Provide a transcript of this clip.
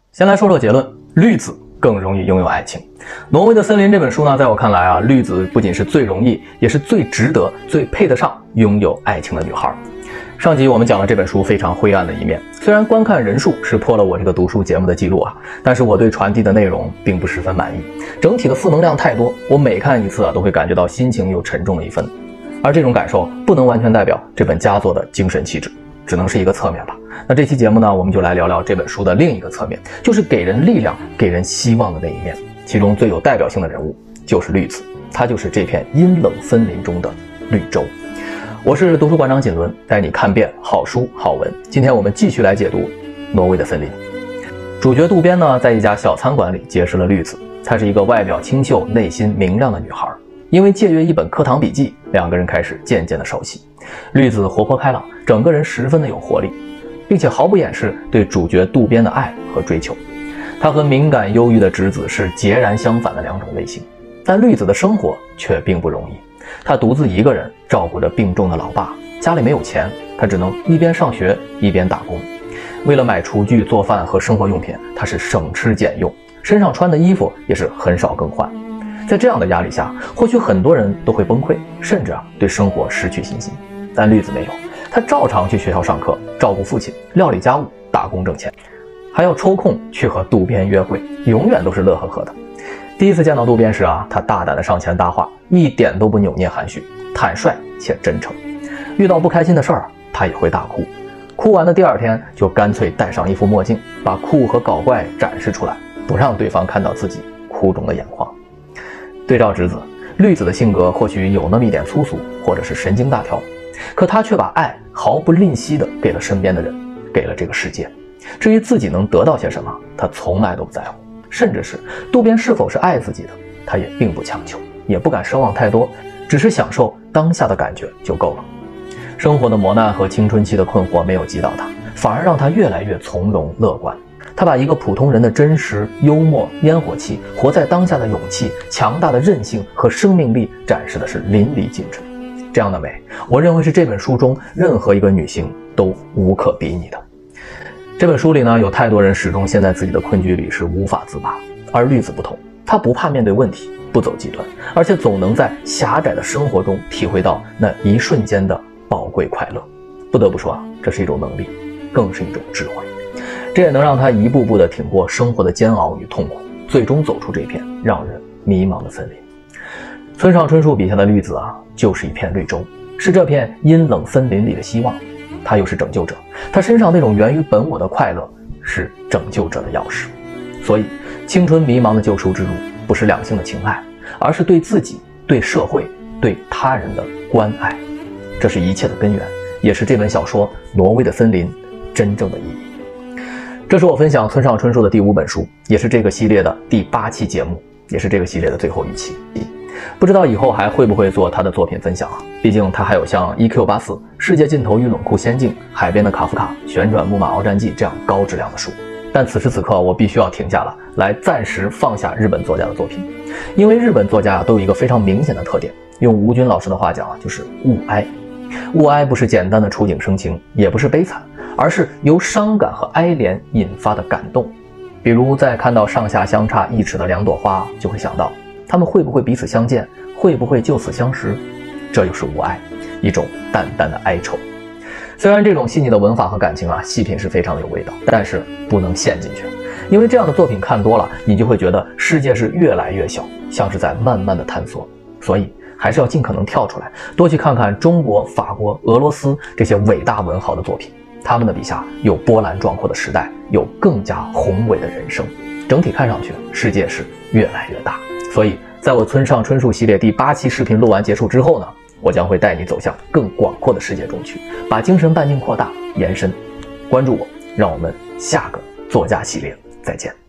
先来说说结论，绿子更容易拥有爱情。挪威的森林这本书呢，在我看来啊，绿子不仅是最容易，也是最值得、最配得上拥有爱情的女孩。上集我们讲了这本书非常灰暗的一面，虽然观看人数是破了我这个读书节目的记录啊，但是我对传递的内容并不十分满意，整体的负能量太多，我每看一次啊，都会感觉到心情又沉重了一分。而这种感受不能完全代表这本佳作的精神气质，只能是一个侧面吧。那这期节目呢，我们就来聊聊这本书的另一个侧面，就是给人力量、给人希望的那一面。其中最有代表性的人物就是绿子，她就是这片阴冷森林中的绿洲。我是读书馆长锦纶，带你看遍好书好文。今天我们继续来解读《挪威的森林》。主角渡边呢，在一家小餐馆里结识了绿子，她是一个外表清秀、内心明亮的女孩。因为借阅一本课堂笔记，两个人开始渐渐的熟悉。绿子活泼开朗，整个人十分的有活力，并且毫不掩饰对主角渡边的爱和追求。她和敏感忧郁的直子是截然相反的两种类型，但绿子的生活却并不容易。她独自一个人照顾着病重的老爸，家里没有钱，她只能一边上学一边打工。为了买厨具、做饭和生活用品，她是省吃俭用，身上穿的衣服也是很少更换。在这样的压力下，或许很多人都会崩溃，甚至对生活失去信心。但绿子没有，她照常去学校上课，照顾父亲，料理家务，打工挣钱，还要抽空去和渡边约会，永远都是乐呵呵的。第一次见到渡边时啊，她大胆地上前搭话，一点都不扭捏含蓄，坦率且真诚。遇到不开心的事儿，她也会大哭，哭完的第二天就干脆戴上一副墨镜，把酷和搞怪展示出来，不让对方看到自己哭肿的眼眶。对照直子，绿子的性格或许有那么一点粗俗，或者是神经大条，可她却把爱毫不吝惜地给了身边的人，给了这个世界。至于自己能得到些什么，她从来都不在乎，甚至是渡边是否是爱自己的，她也并不强求，也不敢奢望太多，只是享受当下的感觉就够了。生活的磨难和青春期的困惑没有击倒她，反而让她越来越从容乐观。他把一个普通人的真实、幽默、烟火气，活在当下的勇气、强大的韧性和生命力展示的是淋漓尽致。这样的美，我认为是这本书中任何一个女性都无可比拟的。这本书里呢，有太多人始终陷在自己的困局里是无法自拔，而绿子不同，她不怕面对问题，不走极端，而且总能在狭窄的生活中体会到那一瞬间的宝贵快乐。不得不说啊，这是一种能力，更是一种智慧。这也能让他一步步地挺过生活的煎熬与痛苦，最终走出这片让人迷茫的森林。村上春树笔下的绿子啊，就是一片绿洲，是这片阴冷森林里的希望。他又是拯救者，他身上那种源于本我的快乐，是拯救者的钥匙。所以，青春迷茫的救赎之路，不是两性的情爱，而是对自己、对社会、对他人的关爱。这是一切的根源，也是这本小说《挪威的森林》真正的意义。这是我分享村上春树的第5本书，也是这个系列的第8期节目，也是这个系列的最后一期。不知道以后还会不会做他的作品分享啊？毕竟他还有像 EQ84、世界尽头与冷酷仙境、海边的卡夫卡、旋转木马鏖战记这样高质量的书。但此时此刻，我必须要停下了，来暂时放下日本作家的作品，因为日本作家都有一个非常明显的特点，用吴军老师的话讲啊，就是物哀。物哀不是简单的触景生情，也不是悲惨，而是由伤感和哀怜引发的感动。比如在看到上下相差1尺的2朵花，就会想到他们会不会彼此相见，会不会就此相识。这就是物哀，一种淡淡的哀愁。虽然这种细腻的文法和感情啊，细品是非常的有味道，但是不能陷进去，因为这样的作品看多了，你就会觉得世界是越来越小，像是在慢慢的探索。所以还是要尽可能跳出来，多去看看中国、法国、俄罗斯这些伟大文豪的作品。他们的笔下有波澜壮阔的时代，有更加宏伟的人生，整体看上去世界是越来越大。所以在我村上春树系列第8期视频录完结束之后呢，我将会带你走向更广阔的世界中去，把精神半径扩大延伸。关注我，让我们下个作家系列再见。